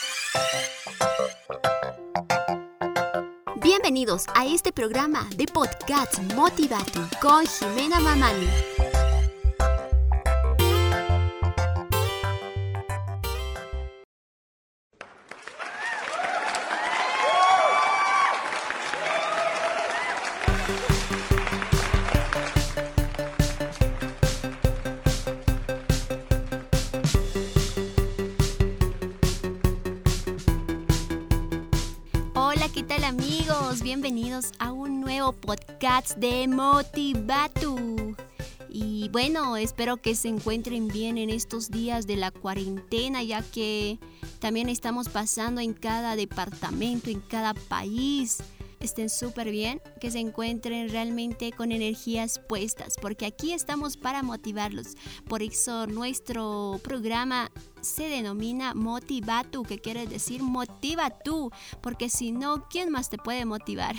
Bienvenidos a este programa de podcast Motivatu con Jimena Mamani. Hola, ¿qué tal amigos? Bienvenidos a un nuevo podcast de Motivatu. Y bueno, espero que se encuentren bien en estos días de la cuarentena, ya que también estamos pasando en cada departamento, en cada país. Estén súper bien, que se encuentren realmente con energías puestas, porque aquí estamos para motivarlos. Por eso nuestro programa se denomina Motivatu, que quiere decir motiva tú, porque si no, ¿quién más te puede motivar?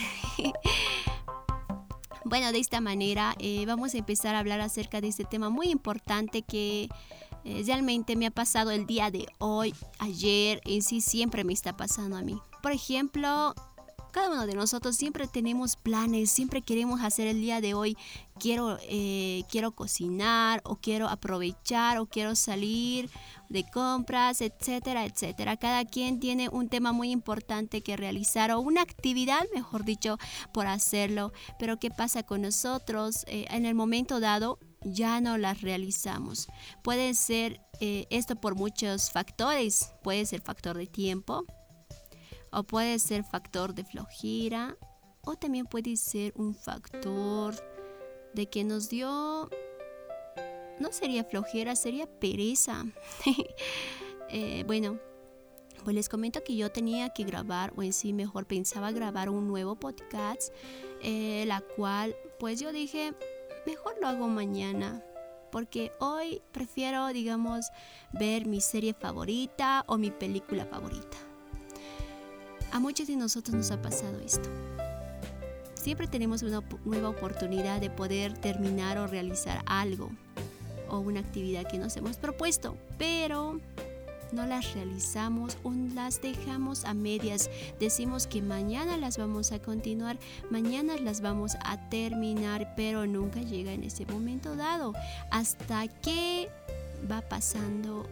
Bueno, de esta manera vamos a empezar a hablar acerca de este tema muy importante que realmente me ha pasado el día de hoy, ayer, en sí siempre me está pasando a mí. Por ejemplo, cada uno de nosotros siempre tenemos planes, siempre queremos hacer el día de hoy. Quiero cocinar, o quiero aprovechar, o quiero salir de compras, etcétera, etcétera. Cada quien tiene un tema muy importante que realizar, o una actividad, mejor dicho, por hacerlo. Pero ¿qué pasa con nosotros? En el momento dado ya no las realizamos. Puede ser esto por muchos factores. Puede ser factor de tiempo, o puede ser factor de flojera, o también puede ser un factor de que nos dio, no sería flojera, sería pereza. Bueno, pues les comento que yo tenía que grabar, o en sí mejor pensaba grabar un nuevo podcast, la cual pues yo dije, mejor lo hago mañana. Porque hoy prefiero, digamos, ver mi serie favorita o mi película favorita. A muchos de nosotros nos ha pasado esto. Siempre tenemos una nueva oportunidad de poder terminar o realizar algo o una actividad que nos hemos propuesto, pero no las realizamos o las dejamos a medias. Decimos que mañana las vamos a continuar, mañana las vamos a terminar, pero nunca llega en ese momento dado. Hasta que va pasando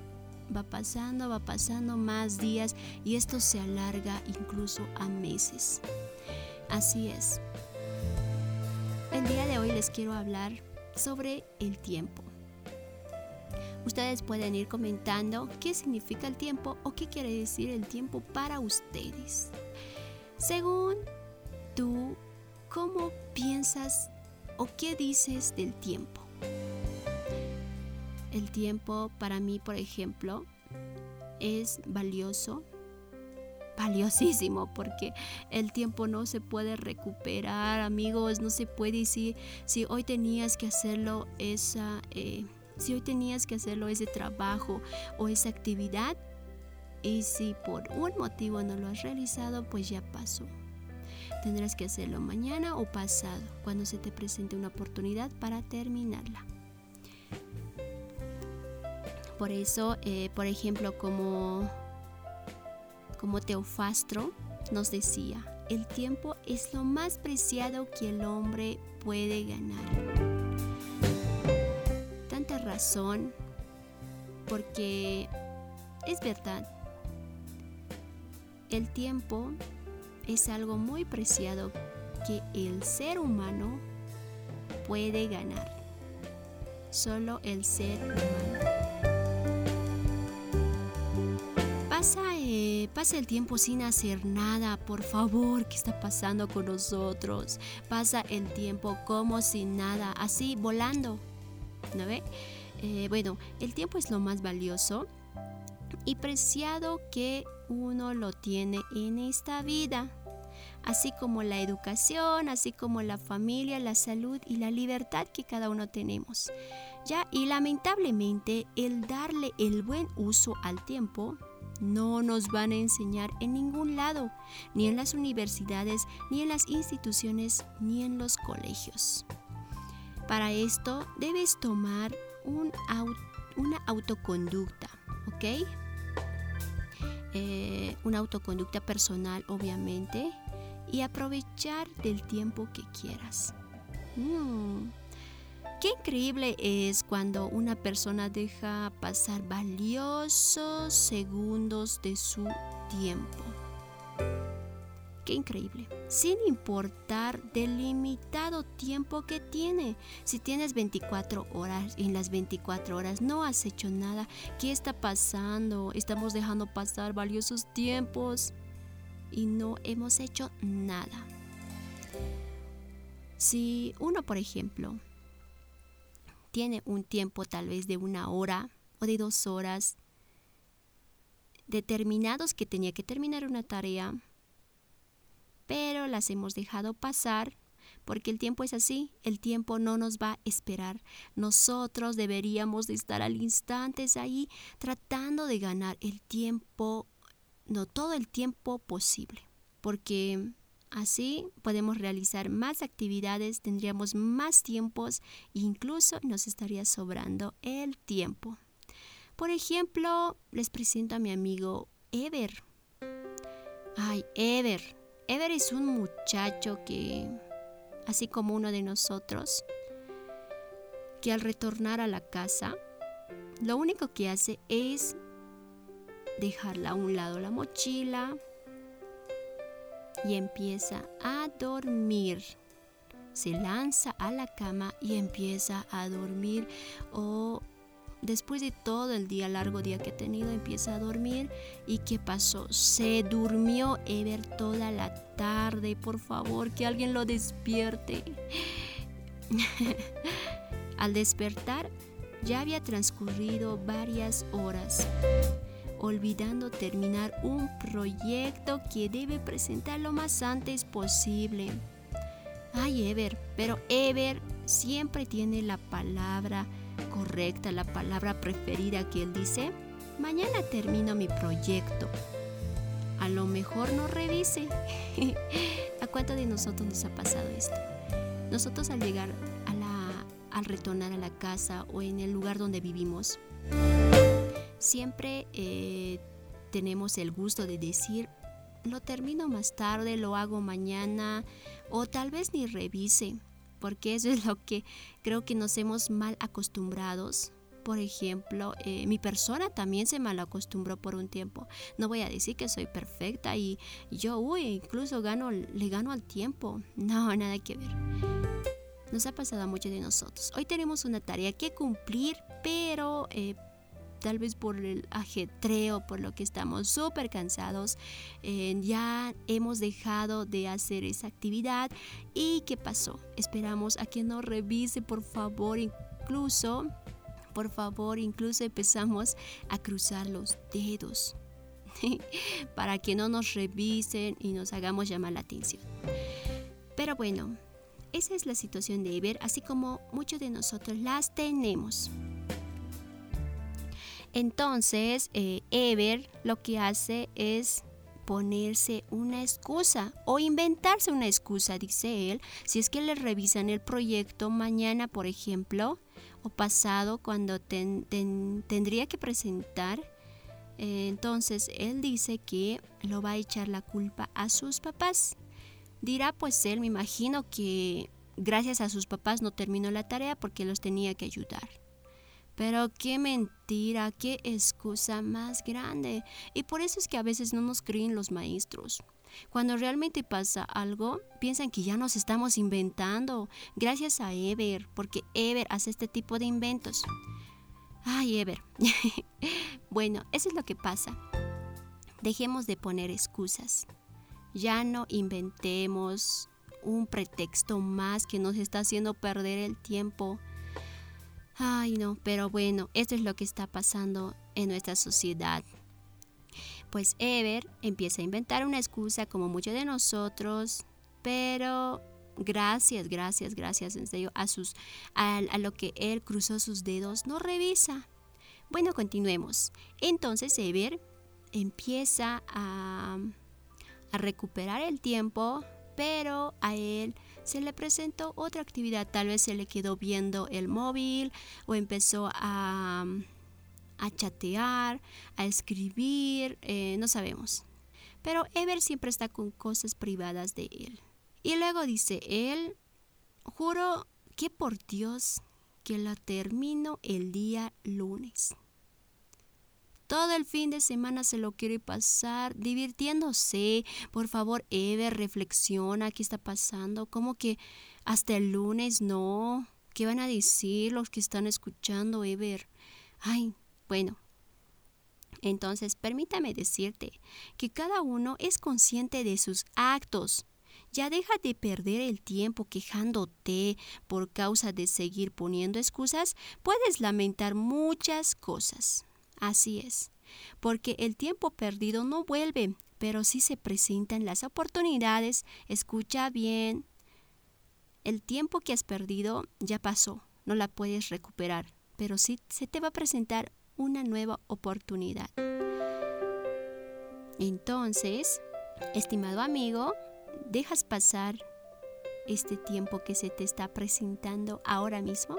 más días y esto se alarga incluso a meses. Así es. El día de hoy les quiero hablar sobre el tiempo. Ustedes pueden ir comentando qué significa el tiempo o qué quiere decir el tiempo para ustedes. Según tú, ¿cómo piensas o qué dices del tiempo? El tiempo para mí, por ejemplo, es valiosísimo, porque el tiempo no se puede recuperar, amigos, no se puede decir si hoy tenías que hacerlo ese trabajo o esa actividad, y si por un motivo no lo has realizado, pues ya pasó. Tendrás que hacerlo mañana o pasado, cuando se te presente una oportunidad para terminarla. Por eso, por ejemplo, como Teofastro nos decía, el tiempo es lo más preciado que el hombre puede ganar. Tanta razón, porque es verdad, el tiempo es algo muy preciado que el ser humano puede ganar. Solo el ser humano. Pasa el tiempo sin hacer nada, por favor, ¿qué está pasando con nosotros? Pasa el tiempo como sin nada, así volando, ¿no ve? Bueno, el tiempo es lo más valioso y preciado que uno lo tiene en esta vida, así como la educación, así como la familia, la salud y la libertad que cada uno tenemos. Y lamentablemente el darle el buen uso al tiempo no nos van a enseñar en ningún lado, ni en las universidades, ni en las instituciones, ni en los colegios. Para esto debes tomar una autoconducta, ¿ok? una autoconducta personal, obviamente, y aprovechar del tiempo que quieras. Qué increíble es cuando una persona deja pasar valiosos segundos de su tiempo. Qué increíble, sin importar del limitado tiempo que tiene. Si tienes 24 horas, en las 24 horas no has hecho nada, ¿qué está pasando? Estamos dejando pasar valiosos tiempos y no hemos hecho nada. Si uno, por ejemplo, tiene un tiempo tal vez de 1 hora o de 2 horas determinados que tenía que terminar una tarea, pero las hemos dejado pasar porque el tiempo es así, el tiempo no nos va a esperar. Nosotros deberíamos de estar al instante ahí tratando de ganar el tiempo, no todo el tiempo posible, porque así podemos realizar más actividades, tendríamos más tiempos e incluso nos estaría sobrando el tiempo. Por ejemplo, les presento a mi amigo Ever. Ever es un muchacho que, así como uno de nosotros, que al retornar a la casa, lo único que hace es dejarla a un lado la mochila y empieza a dormir. Se lanza a la cama y empieza a dormir, o después de todo el largo día que ha tenido, empieza a dormir. ¿Y qué pasó? Se durmió Ever toda la tarde. Por favor, que alguien lo despierte. Al despertar, ya había transcurrido varias horas, olvidando terminar un proyecto que debe presentar lo más antes posible. Ever, pero Ever siempre tiene la palabra correcta, la palabra preferida que él dice: mañana termino mi proyecto. A lo mejor no revise. ¿A cuánto de nosotros nos ha pasado esto? Nosotros al llegar al retornar a la casa o en el lugar donde vivimos, siempre tenemos el gusto de decir: lo termino más tarde, lo hago mañana, o tal vez ni revise, porque eso es lo que creo que nos hemos mal acostumbrados. Por ejemplo, mi persona también se mal acostumbró por un tiempo. No voy a decir que soy perfecta y yo incluso le gano al tiempo. No, nada que ver. Nos ha pasado a muchos de nosotros. Hoy tenemos una tarea que cumplir, pero tal vez por el ajetreo, por lo que estamos súper cansados, ya hemos dejado de hacer esa actividad. ¿Y qué pasó? Esperamos a que nos revise, por favor, incluso empezamos a cruzar los dedos para que no nos revisen y nos hagamos llamar la atención. Pero bueno, esa es la situación de Ever, así como muchos de nosotros las tenemos. Entonces, Ever lo que hace es ponerse una excusa o inventarse una excusa, dice él, si es que le revisan el proyecto mañana, por ejemplo, o pasado, cuando tendría que presentar. Entonces, él dice que lo va a echar la culpa a sus papás. Dirá, pues él, me imagino que gracias a sus papás no terminó la tarea porque los tenía que ayudar. Pero qué mentira, qué excusa más grande. Y por eso es que a veces no nos creen los maestros. Cuando realmente pasa algo, piensan que ya nos estamos inventando. Gracias a Ever, porque Ever hace este tipo de inventos. Ever. Bueno, eso es lo que pasa. Dejemos de poner excusas. Ya no inventemos un pretexto más que nos está haciendo perder el tiempo. No, pero bueno, esto es lo que está pasando en nuestra sociedad. Pues Ever empieza a inventar una excusa como muchos de nosotros, pero gracias en serio a lo que él cruzó sus dedos, no revisa. Bueno, continuemos. Entonces Ever empieza a recuperar el tiempo, pero a él se le presentó otra actividad. Tal vez se le quedó viendo el móvil o empezó a a chatear, a escribir, no sabemos. Pero Ever siempre está con cosas privadas de él. Y luego dice él, juro que por Dios que la termino el día lunes. Todo el fin de semana se lo quiere pasar divirtiéndose. Por favor, Ever, reflexiona qué está pasando. ¿Cómo que hasta el lunes no? ¿Qué van a decir los que están escuchando, Ever? Ay, bueno. Entonces, permítame decirte que cada uno es consciente de sus actos. Ya deja de perder el tiempo quejándote por causa de seguir poniendo excusas. Puedes lamentar muchas cosas. Así es, porque el tiempo perdido no vuelve, pero sí se presentan las oportunidades. Escucha bien. El tiempo que has perdido ya pasó, no la puedes recuperar, pero sí se te va a presentar una nueva oportunidad. Entonces, estimado amigo, ¿dejas pasar este tiempo que se te está presentando ahora mismo?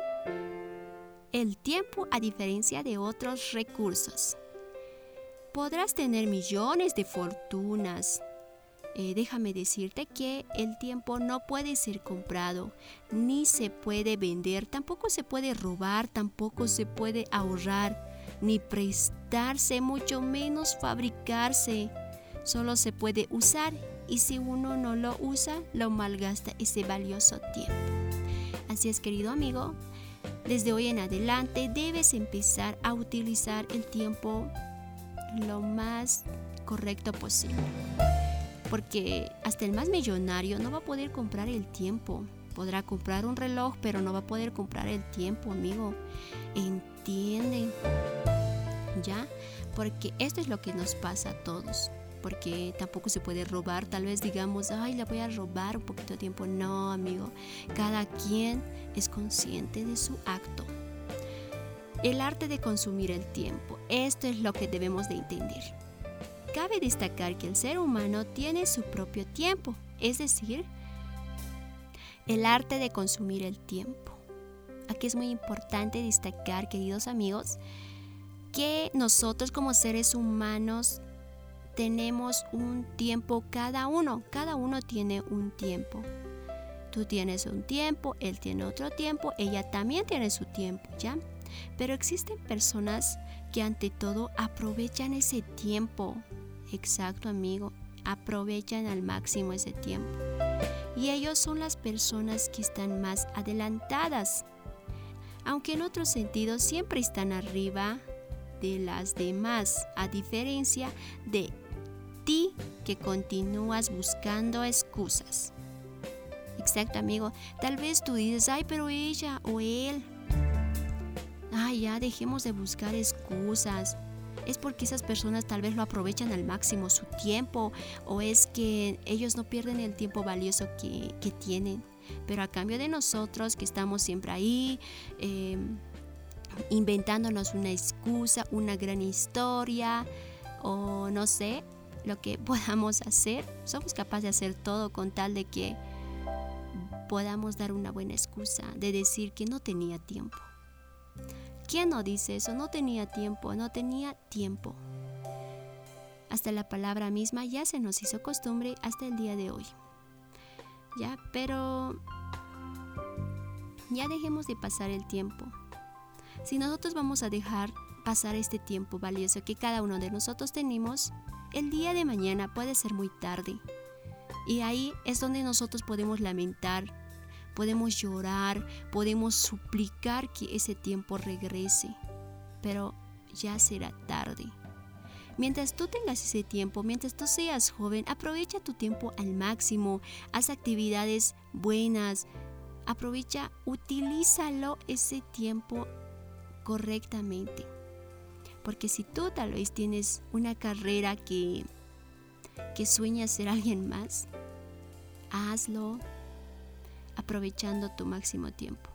El tiempo, a diferencia de otros recursos. Podrás tener millones de fortunas. Déjame decirte que el tiempo no puede ser comprado, ni se puede vender, tampoco se puede robar, tampoco se puede ahorrar, ni prestarse, mucho menos fabricarse. Solo se puede usar y si uno no lo usa, lo malgasta ese valioso tiempo. Así es, querido amigo, desde hoy en adelante debes empezar a utilizar el tiempo lo más correcto posible. Porque hasta el más millonario no va a poder comprar el tiempo. Podrá comprar un reloj, pero no va a poder comprar el tiempo, amigo. ¿Entienden? ¿Ya? Porque esto es lo que nos pasa a todos. Porque tampoco se puede robar. Tal vez digamos, ay, le voy a robar un poquito de tiempo. No, amigo. Cada quien es consciente de su acto. El arte de consumir el tiempo. Esto es lo que debemos de entender. Cabe destacar que el ser humano tiene su propio tiempo, es decir, el arte de consumir el tiempo. Aquí es muy importante destacar, queridos amigos, que nosotros como seres humanos tenemos un tiempo cada uno tiene un tiempo. Tú tienes un tiempo, él tiene otro tiempo, ella también tiene su tiempo, ¿ya? Pero existen personas que ante todo aprovechan ese tiempo. Exacto, amigo, aprovechan al máximo ese tiempo. Y ellos son las personas que están más adelantadas. Aunque en otro sentido siempre están arriba de las demás, a diferencia de ti que continúas buscando excusas. Exacto, amigo. Tal vez tú dices, ay, pero ella o él. Ay, ya dejemos de buscar excusas. Es porque esas personas tal vez lo aprovechan al máximo su tiempo, o es que ellos no pierden el tiempo valioso que tienen. Pero a cambio de nosotros que estamos siempre ahí, inventándonos una excusa, una gran historia, o no sé, lo que podamos hacer, somos capaces de hacer todo con tal de que podamos dar una buena excusa, de decir que no tenía tiempo. ¿Quién no dice eso? No tenía tiempo. Hasta la palabra misma ya se nos hizo costumbre hasta el día de hoy. Ya, pero ya dejemos de pasar el tiempo. Si nosotros vamos a dejar pasar este tiempo valioso que cada uno de nosotros tenemos, el día de mañana puede ser muy tarde. Y ahí es donde nosotros podemos lamentar, podemos llorar, podemos suplicar que ese tiempo regrese, pero ya será tarde. Mientras tú tengas ese tiempo, mientras tú seas joven, aprovecha tu tiempo al máximo, haz actividades buenas, utilízalo ese tiempo correctamente. Porque si tú tal vez tienes una carrera que sueñas ser alguien más, hazlo aprovechando tu máximo tiempo.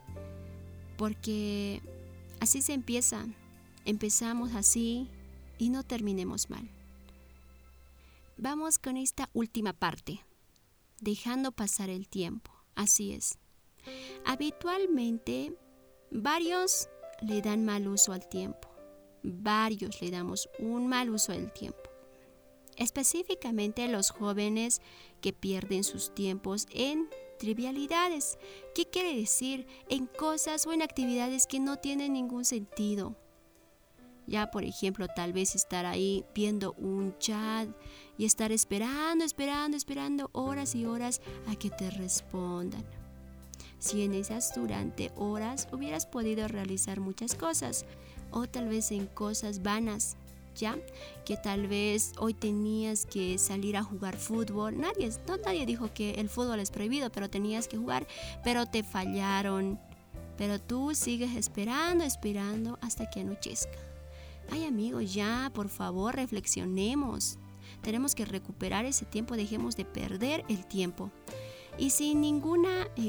Porque así se empieza. Empezamos así y no terminemos mal. Vamos con esta última parte, dejando pasar el tiempo. Así es. Habitualmente, varios le dan mal uso al tiempo. varios le damos un mal uso del tiempo. Específicamente los jóvenes que pierden sus tiempos en trivialidades. ¿Qué quiere decir? En cosas o en actividades que no tienen ningún sentido. Ya, por ejemplo, tal vez estar ahí viendo un chat y estar esperando horas y horas a que te respondan. Si en esas durante horas hubieras podido realizar muchas cosas, o tal vez en cosas vanas, ¿ya? Que tal vez hoy tenías que salir a jugar fútbol. Nadie dijo que el fútbol es prohibido, pero tenías que jugar, pero te fallaron. Pero tú sigues esperando hasta que anochezca. Ay, amigos, ya, por favor, reflexionemos. Tenemos que recuperar ese tiempo, dejemos de perder el tiempo. Y si ninguno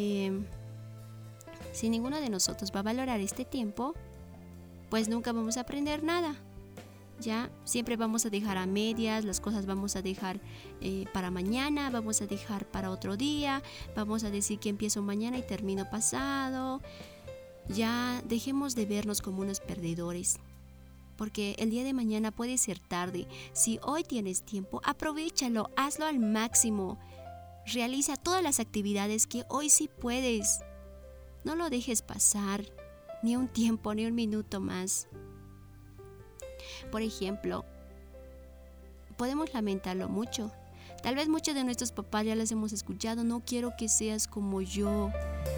de nosotros va a valorar este tiempo, pues nunca vamos a aprender nada. Ya, siempre vamos a dejar a medias, las cosas vamos a dejar para mañana, vamos a dejar para otro día, vamos a decir que empiezo mañana y termino pasado. Ya, dejemos de vernos como unos perdedores. Porque el día de mañana puede ser tarde. Si hoy tienes tiempo, aprovéchalo, hazlo al máximo. Realiza todas las actividades que hoy sí puedes. No lo dejes pasar ni un tiempo, ni un minuto más. Por ejemplo, podemos lamentarlo mucho. Tal vez muchos de nuestros papás ya les hemos escuchado: no quiero que seas como yo.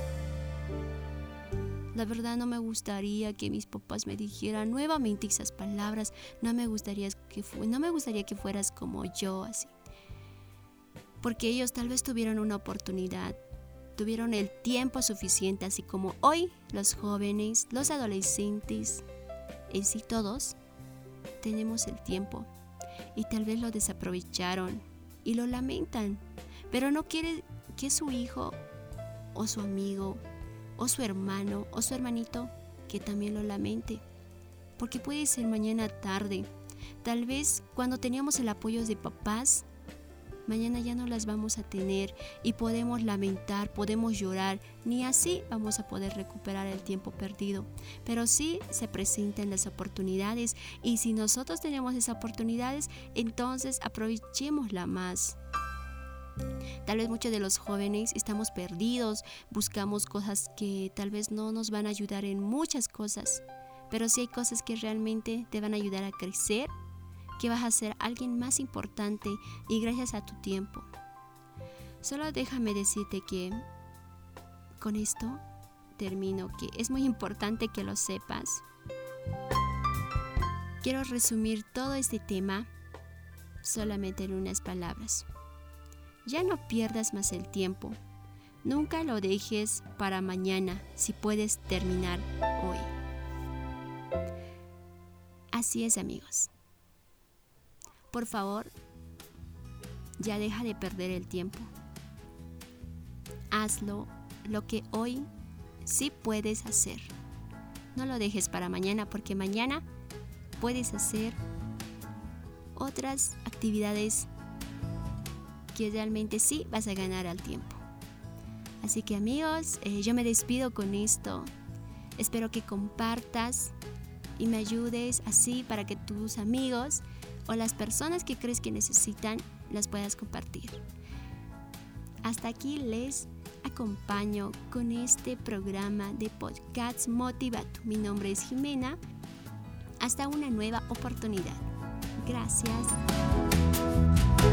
La verdad, no me gustaría que mis papás me dijeran nuevamente esas palabras. No me gustaría que fueras como yo, así. Porque ellos tal vez tuvieron una oportunidad, tuvieron el tiempo suficiente, así como hoy los jóvenes, los adolescentes, en sí todos, tenemos el tiempo. Y tal vez lo desaprovecharon y lo lamentan. Pero no quiere que su hijo o su amigo o su hermano o su hermanito que también lo lamente, porque puede ser mañana tarde. Tal vez cuando teníamos el apoyo de papás, mañana ya no las vamos a tener y podemos lamentar, podemos llorar. Ni así vamos a poder recuperar el tiempo perdido, pero sí se presentan las oportunidades, y si nosotros tenemos esas oportunidades, entonces aprovechémosla más. Tal vez muchos de los jóvenes estamos perdidos, buscamos cosas que tal vez no nos van a ayudar en muchas cosas, pero sí hay cosas que realmente te van a ayudar a crecer, que vas a ser alguien más importante, y gracias a tu tiempo. Solo déjame decirte que con esto termino, que es muy importante que lo sepas. Quiero resumir todo este tema solamente en unas palabras. Ya no pierdas más el tiempo. Nunca lo dejes para mañana si puedes terminar hoy. Así es, amigos. Por favor, ya deja de perder el tiempo. Hazlo lo que hoy sí puedes hacer. No lo dejes para mañana, porque mañana puedes hacer otras actividades que realmente sí vas a ganar al tiempo. Así que, amigos, yo me despido con esto. Espero que compartas y me ayudes así para que tus amigos o las personas que crees que necesitan las puedas compartir. Hasta aquí les acompaño con este programa de podcast Motivato. Mi nombre es Jimena. Hasta una nueva oportunidad. Gracias.